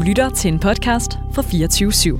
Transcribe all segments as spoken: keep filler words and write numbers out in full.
lytter til en podcast fra fireogtyve syv.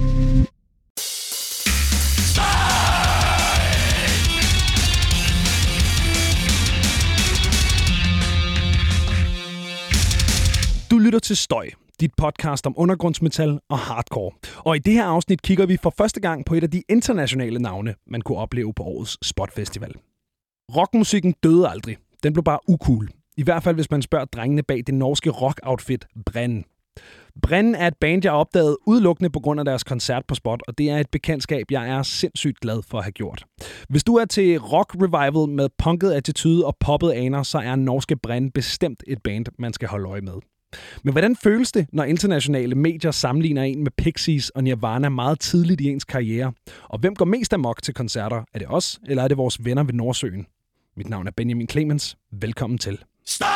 Du lytter til Støj, dit podcast om undergrundsmetal og hardcore. Og i det her afsnit kigger vi for første gang på et af de internationale navne, man kunne opleve på årets Spotfestival. Rockmusikken døde aldrig. Den blev bare ucool. I hvert fald, hvis man spørger drengene bag det norske rock-outfit Brenn. Brenn er et band, jeg opdagede udelukkende på grund af deres koncert på Spot, og det er et bekendtskab, jeg er sindssygt glad for at have gjort. Hvis du er til rock-revival med punket attitude og poppet aner, så er norske Brenn bestemt et band, man skal holde øje med. Men hvordan føles det, når internationale medier sammenligner en med Pixies og Nirvana meget tidligt i ens karriere? Og hvem går mest amok til koncerter? Er det os, eller er det vores venner ved Nordsøen? Mit navn er Benjamin Clemens. Velkommen til. Støj!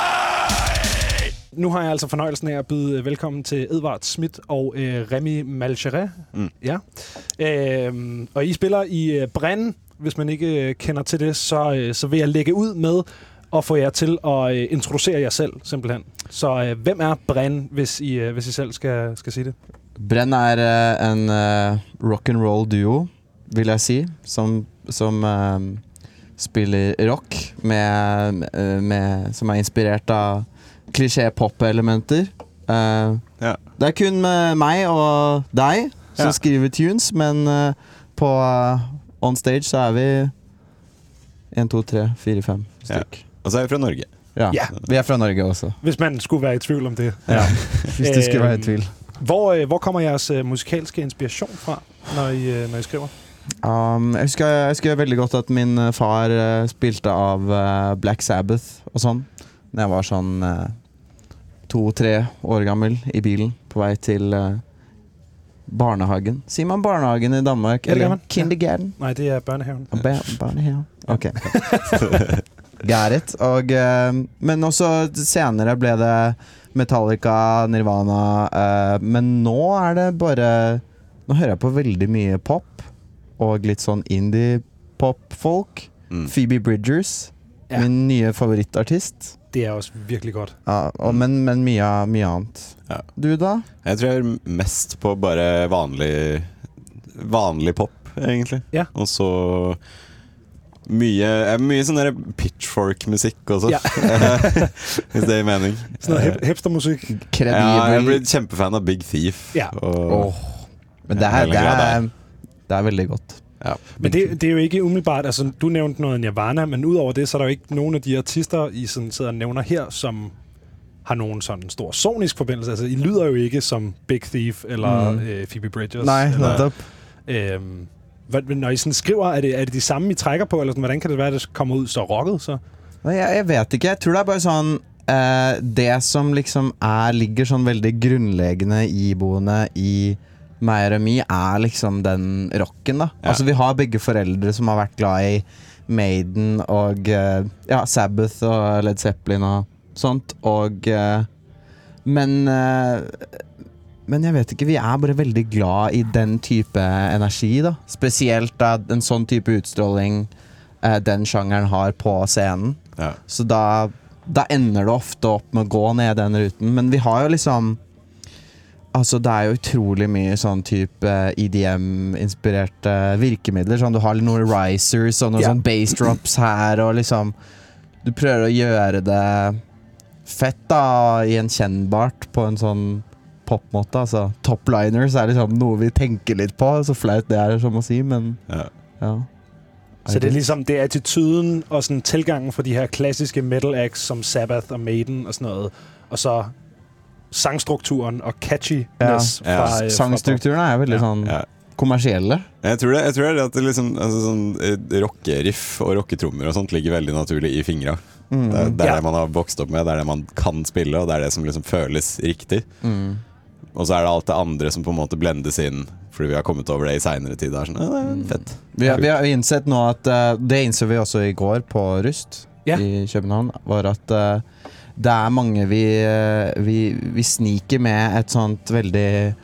Nu har jeg altså fornøjelsen af at byde velkommen til Edvard Schmidt og øh, Remy Malcheret. Mm. Ja. Øh, og I spiller i øh, Brenn. Hvis man ikke øh, kender til det, så, øh, så vil jeg lægge ud med og få jer til at øh, introducere jer selv, simpelthen. Så øh, hvem er Brenn, hvis I, øh, hvis I selv skal, skal sige det? Brenn er uh, en uh, rock and roll duo, vil jeg sige, som, som uh, spiller rock, med, uh, med, som er inspireret av klisjé-pop-elementer. Uh, ja. Det er kun med mig og dig, som ja. skriver tunes, men uh, på uh, on stage så er vi en, to, tre, fire, fem styk. Ja. Og så er vi fra Norge. Ja, ja, vi er fra Norge også. Hvis man skulle være i tvivl om det. Ja, hvis du skulle være i tvivl. Hvor, hvor kommer jeres uh, musikalske inspiration fra, når I, uh, når I skriver? Um, jeg, husker, jeg husker veldig godt at min far uh, spilte av uh, Black Sabbath og sånn. Når jeg var sånn uh, to-tre år gammel i bilen på vei til uh, barnehagen. Sier man barnehagen i Danmark? Eller kindergarten? Ja. Nej, det er børnehaven. Ba barnehaven? Ok. Gareth. Og, uh, men også senere ble det Metallica, Nirvana, uh, men nå er det bare, nå hører jeg på veldig mye pop, og litt sånn indie-pop-folk. Mm. Phoebe Bridgers, ja. Min nye favorittartist. Det er også virkelig godt. Ja, og, men, men mye, mye annet. Ja. Du da? Jeg tror jeg er mest på bare vanlig, vanlig pop, egentlig. Ja. Og så mye, mye sånn der pitchfork-musikk også. Ja. Hvis det er mening. Sånn hip hipster-musikk. Ja, jeg er blitt kjempefan av Big Thief. Ja. Og oh. Men det er, det, er, det er veldig godt. Ja. Men det, det er jo ikke umiddelbart, altså du nævnte noget Nirvana, men udover det, så er der jo ikke nogen af de artister, I sådan sidder og nævner her, som har nogen sådan stor sonisk forbindelse. Altså I lyder jo ikke som Big Thief eller mm. øh, Phoebe Bridgers. Nej, eller, øhm, når I sådan skriver, er det, er det de samme, I trækker på, eller sådan, hvordan kan det være, at det kommer ud så rocket? Så? Nej, jeg, jeg vet ikke. Jeg tror det er bare sådan, uh, det som liksom er, ligger sådan veldig grundlæggende iboende i meg og Remy er liksom den rocken da. Ja. Altså vi har begge foreldre som har vært glad i Maiden og uh, ja, Sabbath og Led Zeppelin og sånt. Og, uh, men, uh, men jeg vet ikke, vi er bare veldig glad i den type energi da. Spesielt da en sånn type utstråling uh, den sjangeren har på scenen. Ja. Så da, da ender det ofte opp med å gå ned den ruten. Men vi har jo liksom altså det er jo utrolig mye sånn type E D M-inspirerte virkemidler, sånn du har noen risers og noen yeah. sånn bass drops her, og liksom du prøver å gjøre det fett da, gjenkjennbart på en sånn popmåte, altså topliners er liksom noe vi tenker litt på, så flaut det er som å si, men ja. ja. Så det er liksom, det er attituden og sådan tilgangen for de her klassiske metal acts som Sabbath og Maiden og sådan noget, og så sangstrukturen og catchiness ja. fra, ja. Sangstrukturen er veldig ja. sånn ja. kommersielle. Jeg tror det, jeg tror det at det liksom, altså sånn rockeriff og rocketrommer og sånt ligger veldig naturlig i fingra. Mm. Det, det er ja. det man har vokst opp med, det er det man kan spille, og det er det som liksom føles riktig. Mm. Og så er det alt det andre som på en måte blendes inn, fordi vi har kommet over det i senere tid. Det er sånn, ja, det er fett. Vi har, vi har innsett nå at, uh, det innså vi også i går på Rust ja. i København, var at uh, det er mange vi, vi, vi sniker med et sånt veldig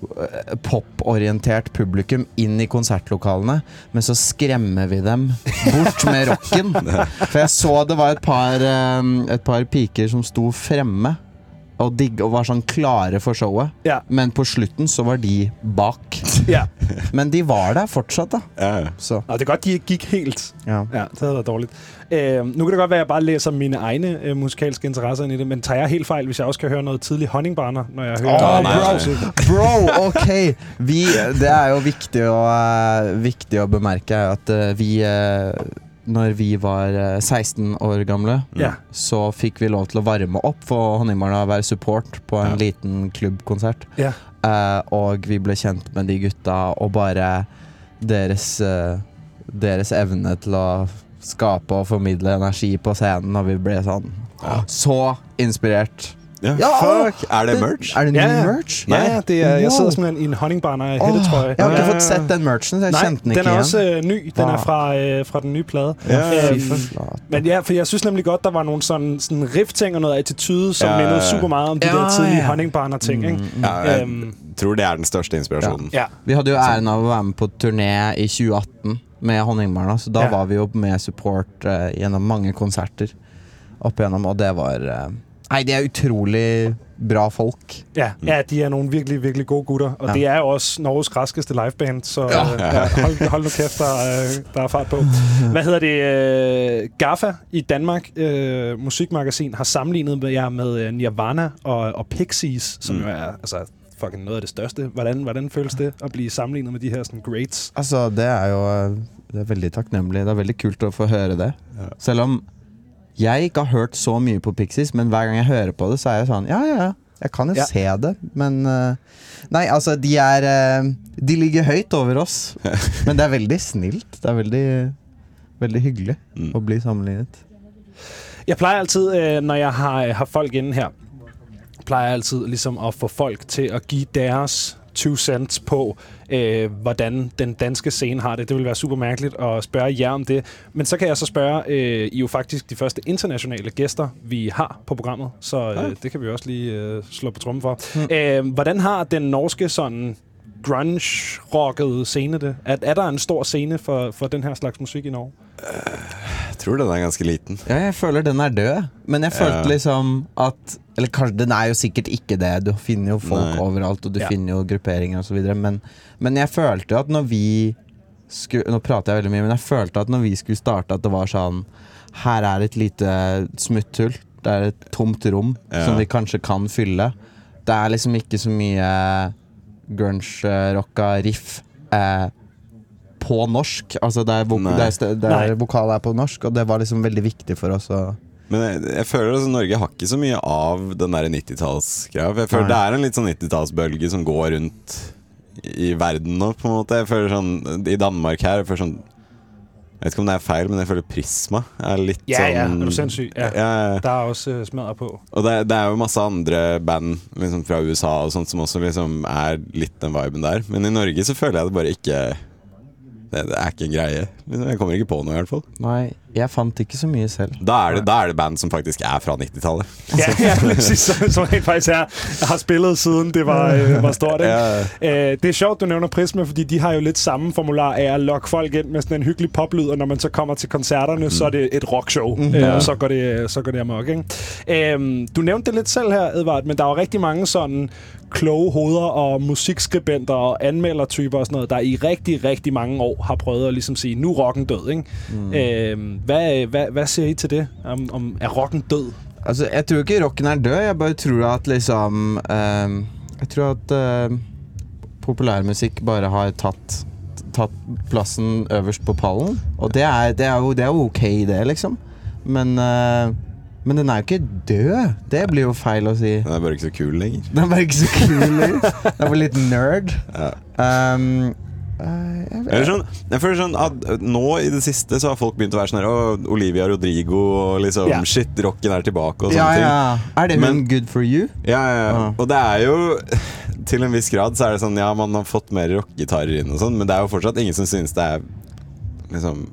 pop-orientert publikum inn i konsertlokalene, men så skremmer vi dem bort med rocken. For jeg så det var et par, et par piker som sto fremme og, digg, og var sånn klare for showet. Ja. Men på slutten så var de bak. Ja. Men de var der fortsatt, da. Ja. Så. Og det er godt, de ikke gik helt. Ja. Ja, det havde været dårligt. Øh, nu kan det godt være, at jeg bare læser mine egne øh, musikalske interesser ind i det, men tager jeg helt fejl, hvis jeg også kan høre noget tidlig Honningbarner, når jeg hører... Åh, bro, bro, ok. Vi, det er jo viktig å, uh, viktig å bemerke at uh, vi... Uh, når vi var uh, seksten år gamle, Ja. så fikk vi lov til å varme opp for Honningbarna å være support på en Ja. liten klubbkonsert. Ja. Uh, og vi ble kjent med de gutta, og bare deres, uh, deres evne til å skape og formidle energi på scenen, og vi ble sånn Ja. så inspirert. Ja, Ja, fuck. Er det merch? Er det ny Ja, ja. merch? Ja, ja, det er, jeg Wow. sidder simpelthen i en Honningbarner Åh, hættetrøje. jeg har ikke Ja. fått sett den merchen, så jeg Nej, kjente den ikke den er igjen. også øh, ny. Den er Wow. fra, øh, fra den nye plade. Ja, Øhm, Fy for flate. Men ja, for jeg synes nemlig godt, der var nogle sådan, sådan riff-ting og noget attitude, som Ja, mindede ja. super meget om de Ja, der tidlige ja. Honningbarner-ting, ikke? Mm, mm. Ja, jeg Øhm, tror det er den største inspirasjonen. ja. Vi hadde jo æren av å være med på turné i tjue atten med Honningbarna, så da Ja. var vi jo med support uh, gjennom mange konserter opp igjennom, og det var uh, Nei, de er utrolig bra folk. Ja, ja, de er nogle virkelig, virkelig gode gutter. Og Ja. det er jo også Norges raskeste liveband, så Ja. øh, ja, hold, hold nu kæft, der, er- der er fart på. Hvad hedder det? Øh, Gaffa i Danmark, øh, musikmagasin, har sammenlignet med jer med øh, Nirvana og, og Pixies, som Mm. jo er altså, fucking noget af det største. Hvordan, hvordan føles det at blive sammenlignet med de her sådan, greats? Altså, det er jo uh, det er veldig takknemlig. Det er veldig kult å få høre det. Ja. Selv om jeg ikke har hørt så mye på Pixies, men hver gang jeg hører på det, så er jeg sånn Ja, ja, ja. Jeg kan jo Ja. se det, men uh, Nei, altså, de er uh, De ligger høyt over oss. Men det er veldig snilt. Det er veldig, veldig hyggelig Mm. å bli sammenlignet. Jeg plejer altid, øh, når jeg har, har folk inde her, plejer jeg altid ligesom at få folk til at give deres two cents på, øh, hvordan den danske scene har det. Det vil være super mærkeligt at spørge jer om det. Men så kan jeg så spørge, øh, I er jo faktisk de første internationale gæster, vi har på programmet, så øh, Ja. det kan vi også lige øh, slå på trommen for. Mm. Øh, hvordan har den norske sådan grunge-rockede scene det? Er, er der en stor scene for, for den her slags musik i Norge? Jeg tror den er ganske liten. Ja, jeg føler den er død. Men jeg følte Ja. liksom at Eller kanskje, den er jo sikkert ikke det. Du finner jo folk Nei. overalt, og du Ja. finner jo grupperinger og så videre. Men, men jeg følte jo at når vi skulle, Nå prater jeg veldig mye, men jeg følte at når vi skulle starte, at det var sånn Her er et lite smutthull. Det er et tomt rom Ja. som vi kanskje kan fylle. Det er liksom ikke så mye grunge-rocka riff eh, på norsk. Altså det er, vok Nei. det er, st- det Nei. er vokal er på norsk, og det var liksom veldig viktig for oss å Men jeg, jeg føler at Norge har ikke så mye av den der nittitallsgreia. Jeg føler Nei. det er en litt sånn nittitallsbølge som går rundt i verden nå, på en måte. Jeg føler sånn, i Danmark her, jeg føler sånn Jeg vet ikke om det er feil, men jeg føler Prisma er litt Ja, sånn ja, er du sindssyg? Ja. Ja, ja. Der er også øh, smadret på. Og det, det er jo masse andre band liksom, fra U S A og sånt som også liksom er litt den viben der. Men i Norge så føler jeg det bare ikke Det, det er ikke en greie. Liksom, jeg kommer ikke på noe i hvert fall. Nei, jeg fant ikke så mye selv. Da er det, da er det band som faktisk er fra nittitallet. Ja, ja, præcis, som, som rent faktisk er, har spillet siden det var, øh, var stort. Ikke? Ja. Øh, det er sjovt, du nævner Prisma, fordi de har jo lidt samme formular af at lokke folk ind med sådan en hyggelig poplyd, og når man så kommer til koncerterne, mm. så er det et rockshow, mm. øh, Ja. og så går det, så går det amok. Ikke? Øh, du nævnte det lidt selv her, Edvard, men der er jo rigtig mange sådan kloge hoveder og musikskribenter og anmeldertyper og sådan noget, der i rigtig, rigtig mange år har prøvet at ligesom sige, nu er rocken død. Ikke? Mm. Øh, hvad, hvad, hvad siger I til det? Om, om er rocken død? Altså, jeg tror ikke rocken er død. Jeg bare tror at liksom ehm, Jeg tror at uh, populærmusikk bare har tatt Tatt plassen øverst på pallen. Og det er, det er, jo, det er jo ok, det, liksom. Men uh, Men den er jo ikke død. Det blir jo feil å si. Den er bare ikke så kul lenger. Den er bare ikke så kul. Den er bare litt nerd. Ja. Um, uh, jeg vet- Eller sånn, jeg føler sånn at nå i det siste så har folk begynt å være sånn her «Å, Olivia Rodrigo og liksom Ja. shit, rocken er tilbake og sånne ja, ting. ja. Er det hun Men- Good For You? Ja, ja, ja. Ah. Og det er jo til en viss grad så er det sånn, ja, man har fått mer rockgitarer inn og sånn, men det er jo fortsatt ingen som synes det er liksom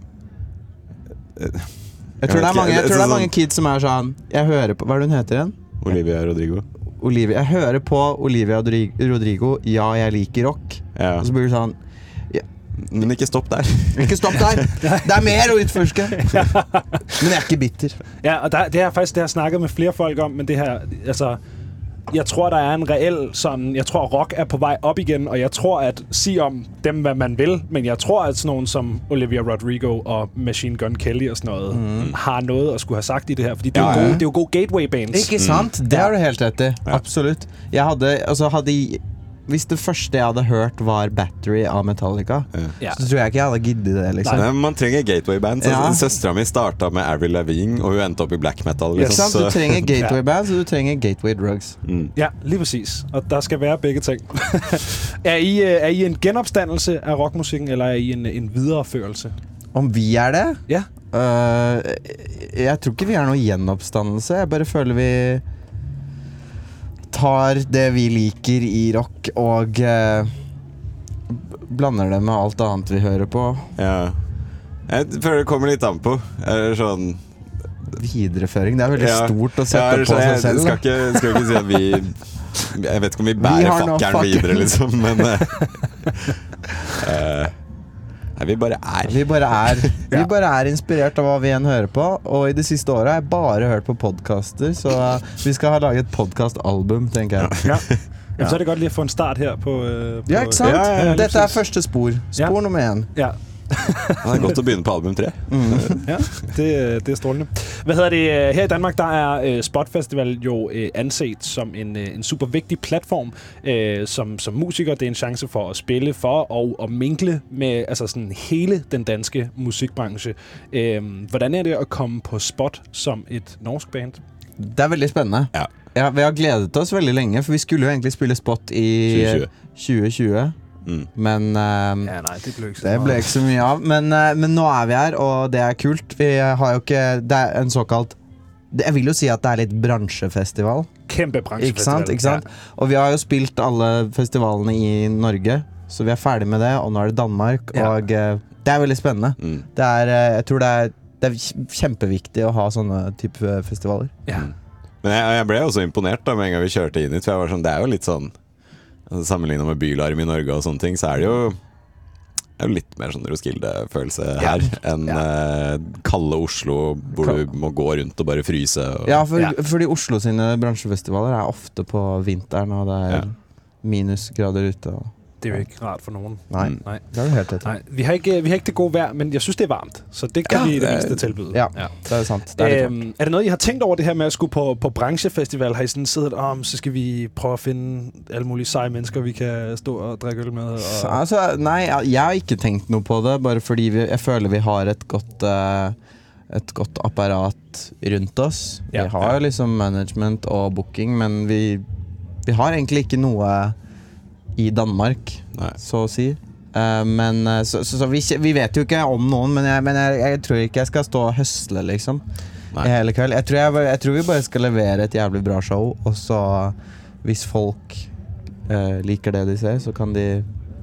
Jeg tror, det er, mange, jeg tror det er mange sånn, kids som er sånn Jeg hører på Hva er det hun heter igjen? Olivia Rodrigo. Olivia. Jeg hører på Olivia Rodri- Rodrigo. Ja, jeg liker rock. Ja. Og så blir det sånn Men ikke stopp der. Ikke stopp der! Det er mer å utforske! Men jeg er ikke bitter. Ja, og der, det er faktisk det, jeg har snakket med flere folk om, men det her, altså, jeg tror, der er en reel sådan... Jeg tror, rock er på vej op igen, og jeg tror, at sige om dem, hvad man vil, men jeg tror, at sådan nogen som Olivia Rodrigo og Machine Gun Kelly og sådan noget, mm. har noget at skulle have sagt i det her, fordi det er jo, ja, gode, ja. Det er jo gode gateway-bands. Ikke sant? Mm. Det har du helt rett i. Ja. Absolutt. Jeg hadde... Altså, hadde... Hvis det første jeg hadde hørt var Battery av Metallica, ja. Så tror jeg ikke jeg hadde giddet det, liksom. Nei, man trenger gateway-band. Ja. Søstera mi startet med Avril Lavigne, og hun endte opp i black metal. Liksom. Yes. Så. Du trenger gateway-band, så du trenger gateway-drugs. Mm. Ja, lige præcis. Og der skal være begge ting. er, I, er I en genopstandelse af rockmusikken, eller er I en, en videreførelse? Om vi er det? Ja. Uh, jeg tror ikke vi er noen gjenoppstandelse. Jeg bare føler vi tar det vi liker i rock og uh, blander det med alt annet vi hører på. Ja. Jeg føler det kommer litt an på. Er sånn videreføring, det er veldig ja. Stort å sette ja, på seg jeg, selv. Jeg skal ikke, skal ikke si at vi jeg vet ikke om vi bærer vi fakkeren videre, liksom, men uh, nei, vi bare er. Vi bare er. Vi ja. Bare er inspirert av hva vi enn hører på, og i det siste året har jeg bare hørt på podcaster, så vi skal ha laget et podcastalbum, tenker jeg. Ja. Ja. Så er det godt lige at få en start her på... Uh, på ja, ikke sant? Ja, ja, ja, dette er første spor. Spor ja. Nummer en. Ja. Det er godt at begynne på album tre. Mm. Ja, det, det er strålende. Hvad hedder det? Her i Danmark, der er uh, Spot Festival jo uh, anset som en, uh, en super vigtig platform. Uh, som, som musiker, det er en chance for at spille for og at minkle med altså sådan hele den danske musikbranche. Uh, hvordan er det at komme på Spot som et norsk band? Det er veldig spændende. Ja. Ja, vi har glædet os veldig længe, for vi skulle jo egentlig spille Spot i tjue tjue. Mm. Men uh, ja, nej, det blev ikke så, det blev ikke så mye av. Men, uh, men nå er vi her, og det er kult. Vi har jo ikke, det er en såkalt, jeg vil jo si at det er litt bransjefestival. Kæmpe bransjefestival. Ikke sant, ikke sant? Ja. Og vi har jo spilt alle festivalene i Norge, så vi er ferdig med det, og nå er det Danmark, ja. Og uh, det er veldig spændende. Mm. Det er, uh, jeg tror det er, det er kjempeviktig å ha sånne type festivaler. Ja. Mm. Men jeg, jeg ble også imponert da med en gang vi kjørte inn hit, for jeg var sånn, det er jo litt sånn, altså, sammenlignet med Bylarm i Norge og sånne ting, så er det jo, er jo litt mer sånn Roskilde-følelse her, ja. Enn ja. uh, kalde Oslo, hvor du må gå rundt og bare fryse. Og... Ja, for, ja, fordi Oslo sine bransjefestivaler er ofte på vinteren, og det er ja. Minusgrader ute, og... Det er jo ikke rart for nogen. Nej, Nej. Det er det helt tæt. Nej, vi har ikke vi har ikke det gode vejr, men jeg synes det er varmt, så det kan ja, vi det mindste tilbyde. Ja, ja, det er sant. Det er, øhm, er det noget I har tænkt over det her med at skulle på på branchefestival? Har I sådan siddet om oh, så skal vi prøve at finde alle mulige seje mennesker vi kan stå og drikke øl med og altså nej, jeg har ikke tænkt noget på det, bare fordi vi, jeg føler vi har et godt uh, et godt apparat rundt os. Ja, vi har ja. Liksom management og booking, men vi vi har egentlig ikke noe i Danmark, nei. Så å si. Uh, men uh, så, så, så vi, vi vet jo ikke om noen, men, jeg, men jeg, jeg tror ikke jeg skal stå og høsle, liksom, nei. I hele kveld. Jeg tror, jeg, jeg tror vi bare skal levere et jævlig bra show, og så hvis folk uh, liker det de ser, så kan de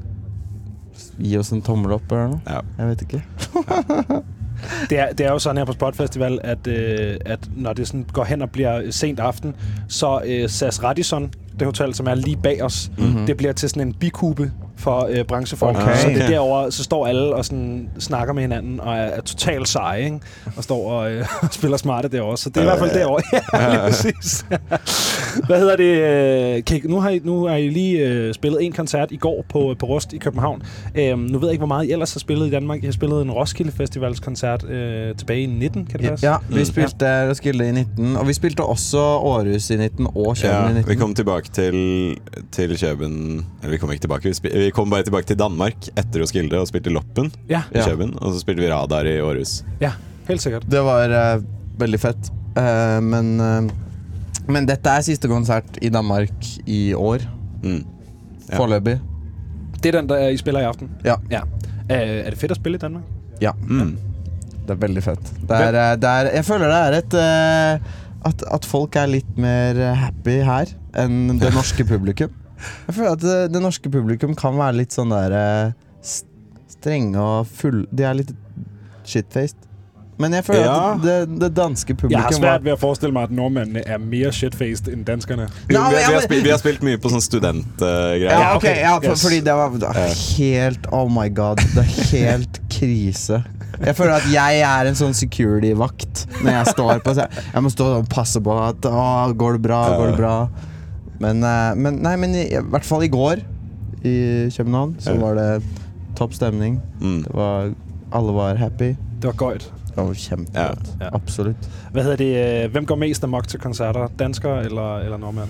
gi oss en tommel opp eller noe. Ja. Jeg vet ikke. Ja. Det er, det er jo sådan her på Spot Festival, at, øh, at når det sådan går hen og bliver sent aften, så øh, S A S Radisson, det hotel, som er lige bag os, mm-hmm. det bliver til sådan en bikube for øh, branchefolk. Okay. Så det er derovre, så står alle og sådan snakker med hinanden og er, er totalt seje, ikke? Og står og øh, spiller smarte derovre. Så det er i hvert fald derovre. Ja, lige præcis. Hvad hedder det? Kan I, nu, har I, nu har I lige øh, spillet en koncert i går på, på Rust i København. Øhm, nu ved jeg ikke, hvor meget I ellers har spillet i Danmark. I har spillet en Roskilde Festivals koncert øh, tilbage i nitten, kan det passe? Ja, vi spilte ja. Roskilde i nitten, og vi spilte også Aarhus i nitten og København ja, i nitten. Vi kom tilbake til, til København, eller vi kom ikke tilbake, vi, spil, vi kom bare tilbake til Danmark etter Roskilde og spilte Loppen ja. I København, og så spilte vi Radar i Aarhus. Ja, helt sikkert. Det var uh, veldig fett, uh, men, uh, men dette er sidste koncert i Danmark i år, mm. ja. Foreløpig. Det er den, der I spiller i aften? Ja. Ja. Uh, er det fedt at spille i Danmark? Ja, mm. det er veldig fett. Det er, det er, jeg føler det er et... Uh, at, at folk er litt mer happy her enn det norske publikum. Jeg føler at det, det norske publikum kan være litt sånn der strenge og full. De er litt shitfaced. Men jeg føler ja. At det, det danske publikum... Jeg har svært ved at forestille mig, at nordmændene er mere shitfaced end danskerne. Jo, vi, vi, har spilt, vi har spilt mye på sånn studentgreier. Uh, ja, okay, ja, for, yes. Fordi det var, det var helt... Oh my god, det er helt krise. Jeg føler at jeg er en sånn security-vakt når jeg står på... Jeg må stå og passe på at å, går det bra, går det bra? Men, uh, men, nei, men i, i hvert fall i går i København så Ja. var det topp stemning. Mm. Det var, alle var happy. Det var gøjt. Det var kjempegodt. Ja. Ja. Absolutt. Hvad hedder det? øh, Hvem går mest amok til koncerter? Danskere eller, eller nordmænd?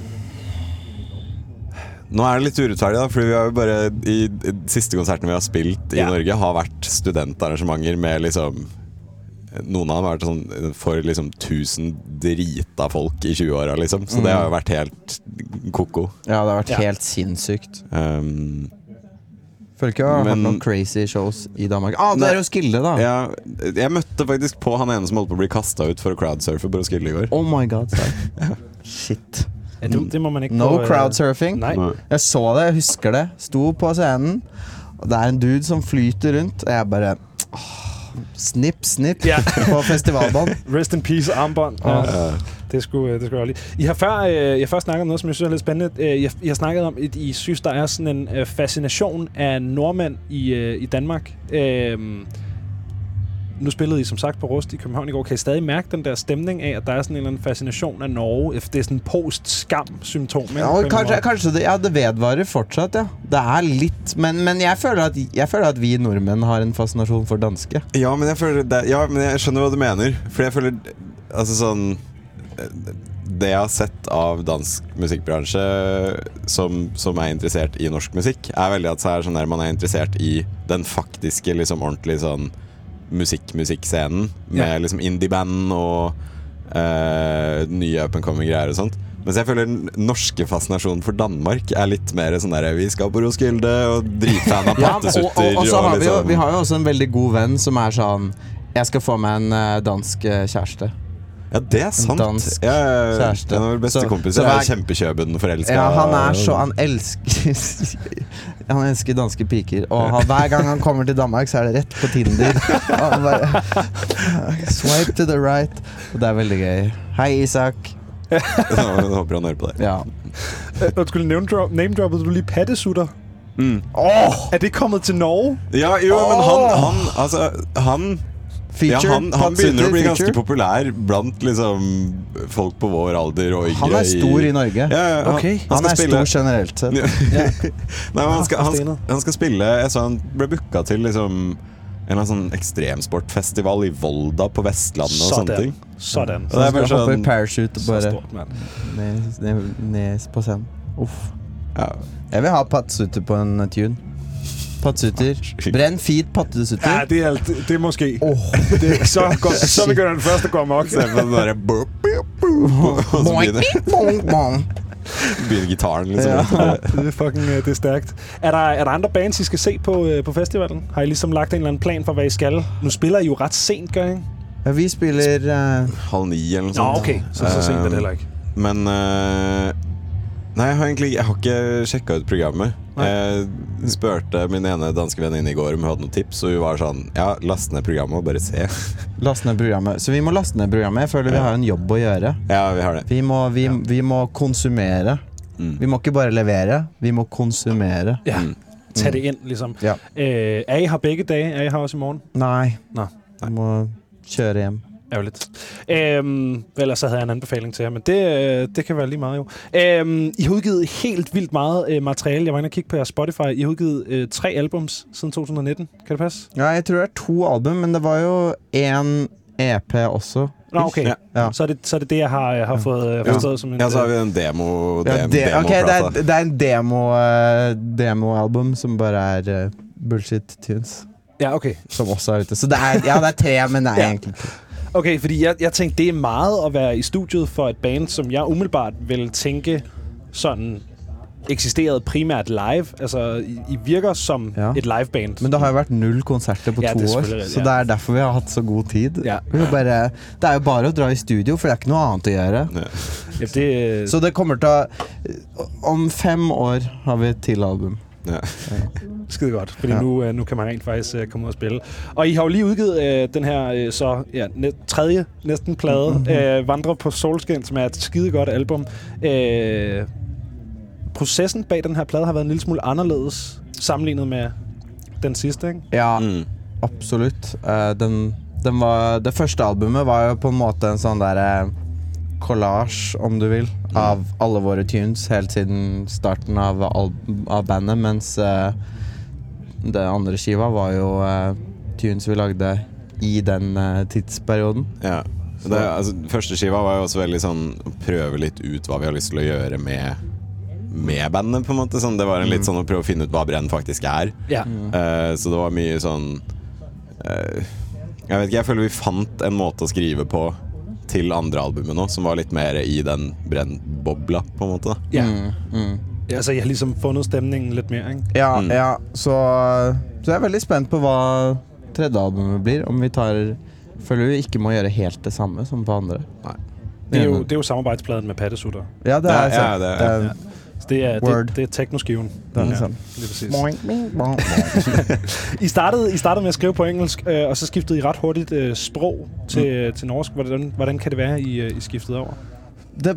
Nå er det litt urettferdig da, fordi vi har jo bare i de siste konsertene vi har spilt i Ja. Norge har vært studentarrangementer med liksom noen av dem har vært sånn for liksom tusen drita folk i tjue-åra liksom, så det har jo vært helt koko. Ja, det har vært Ja. helt sinnssykt. Um, Føler ikke jeg har Men- hatt noen crazy shows i Danmark. Ah, det Nei. er jo Skilde da. ja, jeg møtte faktisk på han ene som holdt på å bli kastet ut for å crowdsurfe på Roskilde i går. Oh my god, sorry. Shit. Ja, det, det må man ikke No på, øh, crowdsurfing. Nej. Jeg så det, jeg husker det. Sto på scenen, og det er en dude som flyter rundt, og jeg bare åh, snipp, snipp Ja. på festivalbånd. Rest in peace armbånd. Ja. Ja. Det skulle det skulle jeg lige. I har før øh, jeg har først snakket om noget, som jeg synes er lidt spændende. Øh, jeg, jeg har snakket om, at I synes der er sådan en øh, fascination af nordmænd i øh, i Danmark. Øh, nu spillede I som sagt på Rust i København i går. Kan I stadig mærke den der stemning af, at der er sådan en eller anden fascination af Norge? Det er sådan en post-skam-symptom. ikke? Ja, På og en kanskje, måde. kanskje det, ja, det vedvarer fortsatt, ja. Det er litt, men, men jeg, føler at, jeg føler at vi nordmenn har en fascinasjon for danske. Ja, men jeg føler det, ja, men jeg skjønner hva du mener. For jeg føler altså sånn det jeg har sett av dansk musikkbransje som, som er interessert i norsk musikk, er veldig at så er sånn der man er interessert i den faktiske, liksom ordentlig sånn musikk-musikkscenen med Ja. liksom indie-band og eh, nye up-and-coming greier og sånt. Mens jeg føler den norske fascinasjonen for Danmark er litt mer sånn der vi skal på Roskilde og dritfan av Ja, og, plattesutter. og, og så har vi jo, liksom- vi har jo også en veldig god venn som er sånn, jeg skal få meg en eh, dansk eh, kjæreste. Ja, det er sant. dansk ja, kjæreste. En av våre beste Så- kompiser så er hver- kjempekjøben-forelska. Ja, han er så, han elsker Han elsker danske piker. Og han, hver gang han kommer til Danmark, så er det rett på Tinder. Og han bare swipe to the right. Og det er veldig gøy. Hei, Isak. Jeg håper han hører på det. Ja. Øh, Undskyld, name-drop, name-droppede du lige pattesutter? Mm. Åh! Er det kommet til Norge? Ja, jo, men han, han Altså, han Feature. ja, han, han Patsutter, begynner å bli ganske feature. populær blant liksom folk på vår alder og yngre. Han er stor i Norge. Ja, ja, han, Ok. han, Han skal er spille stor generelt sett. Ja. Nei, men han, skal, han, Stenet. han skal spille Jeg så han ble booka til liksom en eller annen sånn ekstremsportfestival i Volda på Vestlandet og sånne ting. Sådan. Og det er bare Han hopper i sånn parachute og Så bare stort, mand. ned, ned, ned på scenen. Uff. ja. Jeg vil ha patsutter på en tune. Patsutter. Brenn feet Ja, pattesutter. det er, det, det er måske. Åh. Det, så, går, så begynder den første at gå amok. Se på den derre bo- bo- bo- Og så Boing, begynner, bong, bong. begynner gitaren liksom. Ja. Det er fucking øh, det er stærkt. Er der, er der andre bands, I skal se på, øh, på festivalen? Har I ligesom lagt en eller anden plan for, hvad I skal? Nu spiller I jo ret sent, gør I ikke? Ja, vi spiller uh, Halv ni eller noe Nå, sånt. okay. Så, så sent er det heller ikke. Men eh, Nei, jeg har egentlig Jeg har ikke sjekka ut programmet. Nei. Jeg spurte min ene danske venninne i går om hun hadde noen tips, og hun var sånn Ja, last ned programmet og bare se. laste ned programmet. Så vi må laste ned programmet. Jeg føler vi Ja. har en jobb å gjøre. Ja, vi har det. Vi må, vi, vi må konsumere. Mm. Vi må ikke bare levere, vi må konsumere. Ja, Mm. tag det ind, ligesom. Ja. Øh, er I her begge dage? Er I her også i morgen? Nei. Nå. Vi må kjøre hjem. Ærgerligt. Øhm, ellers så havde jeg en anbefaling til jer, men det, øh, det kan være lige meget jo. Øhm, I har udgivet helt vildt meget øh, materiale. Jeg var inde og kigge på jeres Spotify. I har udgivet øh, tre albums siden to tusind og nitten. Kan det passe? Ja, jeg tror det er to album, men det var jo en E P også. Nå, okay. Ja. Ja. Så, er det, så er det det, jeg har, jeg har Ja. fået øh, Ja. forstået som en... Ja, så har vi en demo Ja, dem, det, ok, det er, demoplate. det er en demo, uh, demoalbum som bare er uh, bullshit tunes, Ja, okay. som også er ute. Så det er, ja, det er tre, men det er Ja. egentlig to. Okay, fordi jeg, jeg tænkte, det er meget at være i studiet for et band, som jeg umiddelbart vil tænke sådan eksisterede primært live. Altså, I, I virker som Ja. et liveband. Men det har jo vært null konserter på Ja, to det er år, selvfølgelig, så ja. det er derfor vi har hatt så god tid. Ja. Vi har bare, det er jo bare å dra i studio, for det er ikke noe annet å gjøre. Ja, det, Så det kommer til å Om fem år har vi et til album. Ja. skide godt, fordi Ja. nu, øh, nu kan man rent faktisk øh, komme ud og spille. Og I har jo lige udgivet øh, den her øh, så ja, næ- tredje næsten plade, Mhm. øh, Vandre på Solskin, som er et skide godt album. Øh, processen bag den her plade har været en lille smule anderledes sammenlignet med den sidste, ikke? Ja, Mm. absolutt. Eh, den, den var, det første albumet var jo på en måte en sånn der eh, collage, om du vil, av alle våre tunes helt siden starten av, al- av bandet, mens uh, det andre skiva var jo uh, tunes vi lagde i den uh, tidsperioden. Ja. Det, altså, første skiva var jo også veldig sånn å prøve litt ut hva vi har lyst til å gjøre med, med bandet, på en måte. Sånn, det var en litt sånn å prøve å finne ut hva Brenn faktisk er. Ja. Uh, så det var mye sånn uh, Jeg vet ikke, jeg føler vi fant en måte å skrive på til andre albumet nå, som var litt mer i den Brenn-bobla, på en måte. Ja. Mm, mm. Ja, så jeg har liksom fundet stemningen litt mer, ikke? Ja, Mm. ja så, så jeg er veldig spent på hva tredje albumet blir. Om vi tar Føler vi ikke må gjøre helt det samme som på andre. Nei. Det er jo, det er jo samarbejdspladen med Pattesutter. Ja, det er Ja, ja, sant. det er- Det er- Ja. Så det er, Word. det, det er teknoskiven. Det er Ja, sant. lige præcis. Boing, bing, bong, bong. I startede, I startede med at skrive på engelsk, øh, og så skiftede I ret hurtigt øh, sprog til, mm. til norsk. Hvordan, hvordan kan det være, I, øh, I skiftede over? Det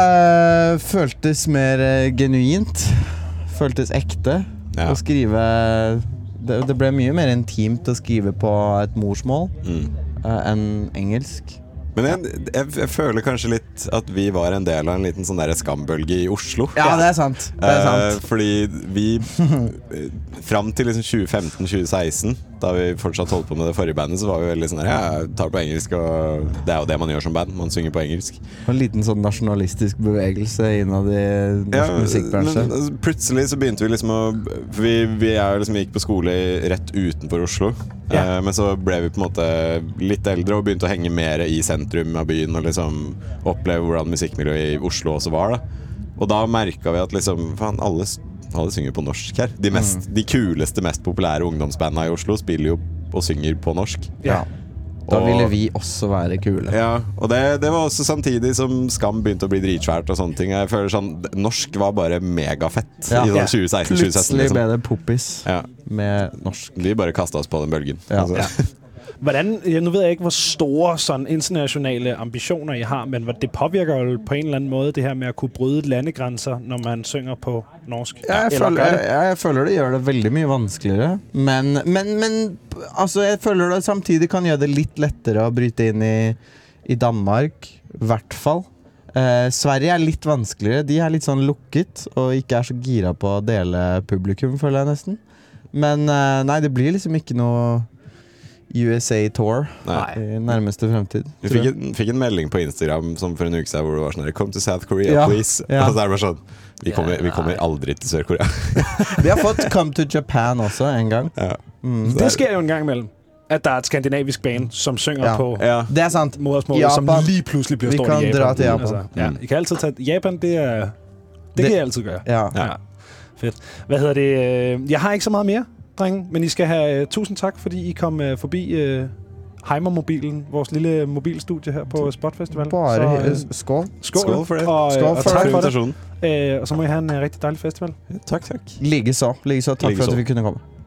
uh, føltes mer uh, genuint. Føltes ekte Ja. å skrive. Det, det ble mye mer intimt å skrive på et morsmål Mm. uh, enn engelsk. Men jeg, jeg, jeg føler kanskje litt at vi var en del av en liten sånn der skambølge i Oslo. Ja, det er sant. Det er sant. Eh, fordi vi eh, Fram til liksom tjue femten til tjue seksten, da vi fortsatt holdt på med det forrige bandet, så var vi veldig sånn her, ja, jeg tar på engelsk, og det er jo det man gjør som band. Man synger på engelsk. En liten sånn nasjonalistisk bevegelse innad i norsk Ja, musikkbransje. men altså, plutselig så begynte vi liksom å For vi, vi er jo liksom, vi gikk på skole rett utenfor Oslo. Ja. Eh, men så ble vi på en måte litt eldre og begynte å henge mer i sentrum av byen og liksom oppleve hvordan musikkmiljøet i Oslo også var, da. Og da merka vi at liksom faen, alle, alle synger på norsk her. De, mest, de kuleste, mest populære ungdomsbandene i Oslo spiller jo og synger på norsk. Ja. Da Og- ville vi også være kule. Ja, og det, det var også samtidig som Skam begynte å bli dritsvært og sånne ting. Jeg føler sånn, norsk var bare megafett Ja. i Ja. sånn tjue seksten til tjue sytten. Plutselig ble Liksom. det poppis Ja. med norsk. Vi bare kastet oss på den bølgen. Ja. Altså. Ja. Hvordan, ja, nu ved jeg ikke, hvor store sådan internationale ambitioner I har, men det påvirker jo på en eller anden måde det her med at kunne bryde landegrænser, når man synger på norsk. Ja, jeg, Eller føler, gør jeg, det? jeg føler det gjør det veldig mye vanskeligere. Men, men, men altså, jeg føler det samtidig kan gjøre det litt lettere å bryte inn i, i Danmark. I hvert fall. Eh, Sverige er litt vanskeligere. De er litt sånn lukket og ikke er så gira på å dele publikum, føler jeg nesten. Men eh, nei, det blir liksom ikke noe U S A Tour Nei. i nærmeste fremtid. Vi tror fikk jeg. en, fikk en melding på Instagram som for en uke siden hvor det var sånn her, Come to South Korea, Ja, please. ja. Og så er det bare sånn Vi kommer, vi kommer aldri til Sør-Korea. Vi har fått Come to Japan også en gang. Ja. Mm. Det sker jo en gang imellem, at der er et skandinavisk band, som synger Ja. på Ja. Det er sant. modersmålet, som Japan. lige pludselig bliver Vi stort kan i Japan. dra til Japan. Altså, ja. Mm. I kan altid tage Japan, det er det, Det- kan I altid gøre. Ja. Ja. Ja. Fedt. Hvad hedder det? Jeg har ikke så meget mere, drenge, men I skal have uh, tusind tak, fordi I kom uh, forbi uh, Heimer-mobilen, vores lille mobilstudie her på Spot Festival. Bare Så, he- uh, skål. skål, Skål for det. Og, Skål og for tak det. for det. invitasjonen. Uh, og så må I have en uh, rigtig dejlig festival. Ja, takk, takk. Likeså. Likeså. Takk for Likeså. at vi kunne komme.